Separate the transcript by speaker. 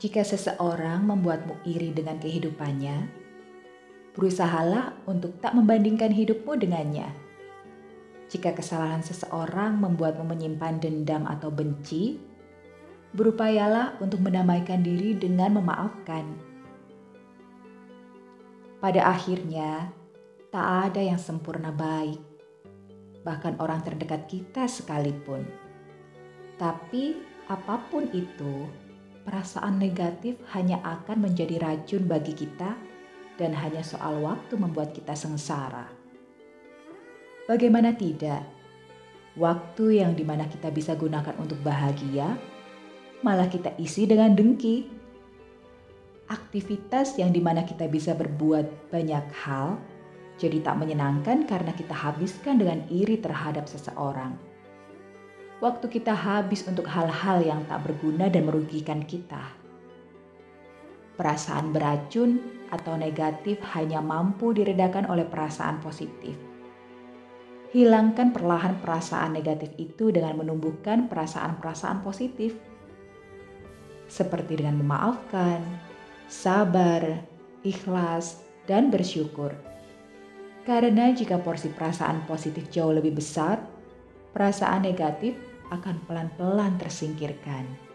Speaker 1: Jika seseorang membuatmu iri dengan kehidupannya, berusahalah untuk tak membandingkan hidupmu dengannya. Jika kesalahan seseorang membuatmu menyimpan dendam atau benci, berupayalah untuk mendamaikan diri dengan memaafkan. Pada akhirnya, tak ada yang sempurna baik, bahkan orang terdekat kita sekalipun. Tapi apapun itu, perasaan negatif hanya akan menjadi racun bagi kita dan hanya soal waktu membuat kita sengsara. Bagaimana tidak, waktu yang dimana kita bisa gunakan untuk bahagia, malah kita isi dengan dengki. Aktivitas yang dimana kita bisa berbuat banyak hal, jadi tak menyenangkan karena kita habiskan dengan iri terhadap seseorang. Waktu kita habis untuk hal-hal yang tak berguna dan merugikan kita. Perasaan beracun atau negatif hanya mampu diredakan oleh perasaan positif. Hilangkan perlahan perasaan negatif itu dengan menumbuhkan perasaan-perasaan positif. Seperti dengan memaafkan, sabar, ikhlas, dan bersyukur. Karena jika porsi perasaan positif jauh lebih besar, perasaan negatif akan pelan-pelan tersingkirkan.